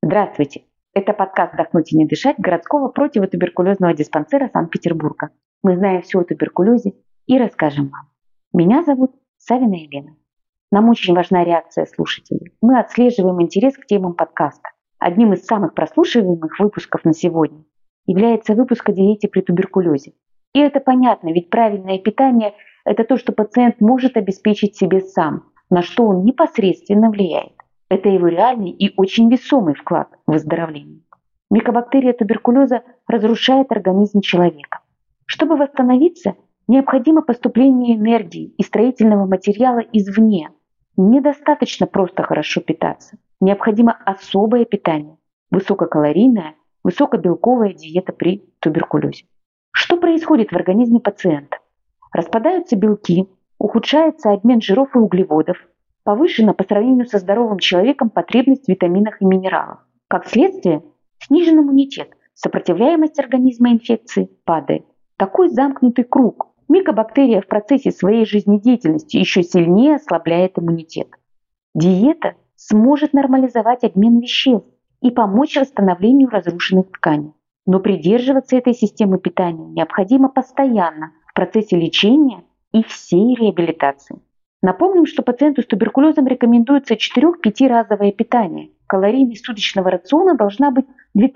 Здравствуйте! Это подкаст «Вдохнуть и не дышать» городского противотуберкулезного диспансера Санкт-Петербурга. Мы знаем все о туберкулезе и расскажем вам. Меня зовут Савина Елена. Нам очень важна реакция слушателей. Мы отслеживаем интерес к темам подкаста. Одним из самых прослушиваемых выпусков на сегодня является выпуск о диете при туберкулезе. И это понятно, ведь правильное питание – это то, что пациент может обеспечить себе сам, на что он непосредственно влияет. Это его реальный и очень весомый вклад в выздоровление. Микобактерия туберкулеза разрушает организм человека. Чтобы восстановиться, необходимо поступление энергии и строительного материала извне. Недостаточно просто хорошо питаться. Необходимо особое питание, высококалорийная, высокобелковая диета при туберкулезе. Что происходит в организме пациента? Распадаются белки, ухудшается обмен жиров и углеводов, повышена по сравнению со здоровым человеком потребность в витаминах и минералах. Как следствие, снижен иммунитет, сопротивляемость организма инфекции падает. Такой замкнутый круг. Микобактерия в процессе своей жизнедеятельности еще сильнее ослабляет иммунитет. Диета сможет нормализовать обмен веществ и помочь восстановлению разрушенных тканей. Но придерживаться этой системы питания необходимо постоянно в процессе лечения и всей реабилитации. Напомним, что пациенту с туберкулезом рекомендуется 4-5 разовое питание. Калорийность суточного рациона должна быть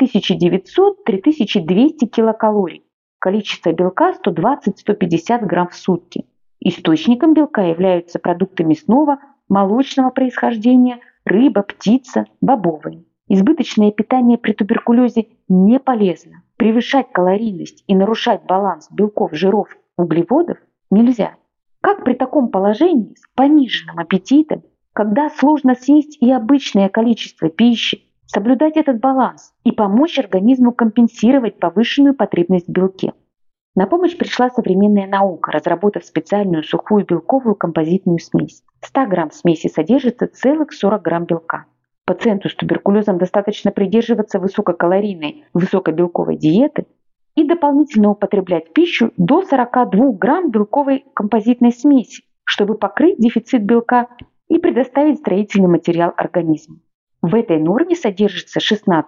2900-3200 килокалорий. Количество белка 120-150 грамм в сутки. Источником белка являются продукты мясного, молочного происхождения, рыба, птица, бобовые. Избыточное питание при туберкулезе не полезно. Превышать калорийность и нарушать баланс белков, жиров, углеводов нельзя. Как при таком положении, с пониженным аппетитом, когда сложно съесть и обычное количество пищи, соблюдать этот баланс и помочь организму компенсировать повышенную потребность в белке? На помощь пришла современная наука, разработав специальную сухую белковую композитную смесь. В 100 грамм смеси содержится целых 40 грамм белка. Пациенту с туберкулезом достаточно придерживаться высококалорийной, высокобелковой диеты и дополнительно употреблять в пищу до 42 грамм белковой композитной смеси, чтобы покрыть дефицит белка и предоставить строительный материал организму. В этой норме содержится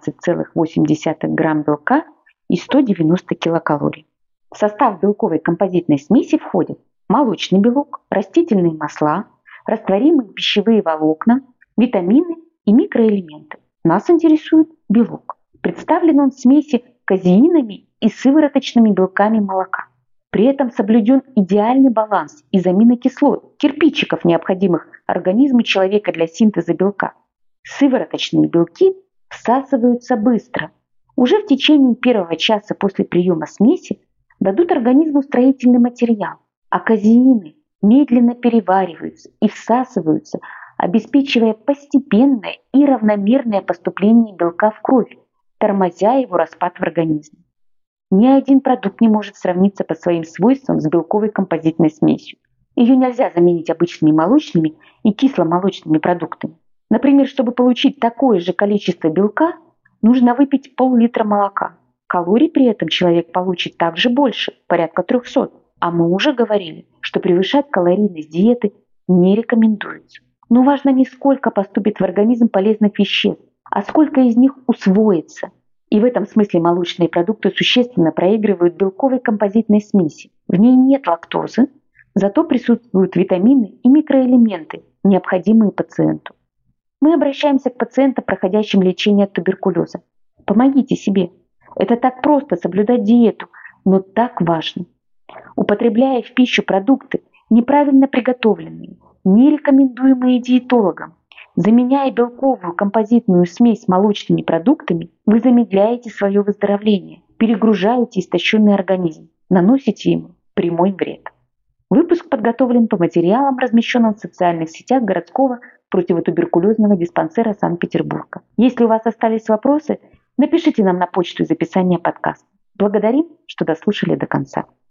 16,8 грамм белка и 190 килокалорий. В состав белковой композитной смеси входят молочный белок, растительные масла, растворимые пищевые волокна, витамины и микроэлементы. Нас интересует белок. Представлен он в смеси казеинами и сывороточными белками молока. При этом соблюден идеальный баланс из аминокислот, кирпичиков, необходимых организму человека для синтеза белка. Сывороточные белки всасываются быстро. Уже в течение первого часа после приема смеси дадут организму строительный материал, а казеины медленно перевариваются и всасываются, обеспечивая постепенное и равномерное поступление белка в кровь, тормозя его распад в организме. Ни один продукт не может сравниться по своим свойствам с белковой композитной смесью. Ее нельзя заменить обычными молочными и кисломолочными продуктами. Например, чтобы получить такое же количество белка, нужно выпить пол-литра молока. Калорий при этом человек получит также больше, порядка 300. А мы уже говорили, что превышать калорийность диеты не рекомендуется. Но важно не сколько поступит в организм полезных веществ, а сколько из них усвоится. И в этом смысле молочные продукты существенно проигрывают белковой композитной смеси. В ней нет лактозы, зато присутствуют витамины и микроэлементы, необходимые пациенту. Мы обращаемся к пациентам, проходящим лечение от туберкулеза. Помогите себе. Это так просто соблюдать диету, но так важно. Употребляя в пищу продукты, неправильно приготовленные, нерекомендуемые диетологом, заменяя белковую композитную смесь молочными продуктами, вы замедляете свое выздоровление, перегружаете истощенный организм, наносите ему прямой вред. Выпуск подготовлен по материалам, размещенным в социальных сетях городского противотуберкулезного диспансера Санкт-Петербурга. Если у вас остались вопросы, напишите нам на почту из описания подкаста. Благодарим, что дослушали до конца.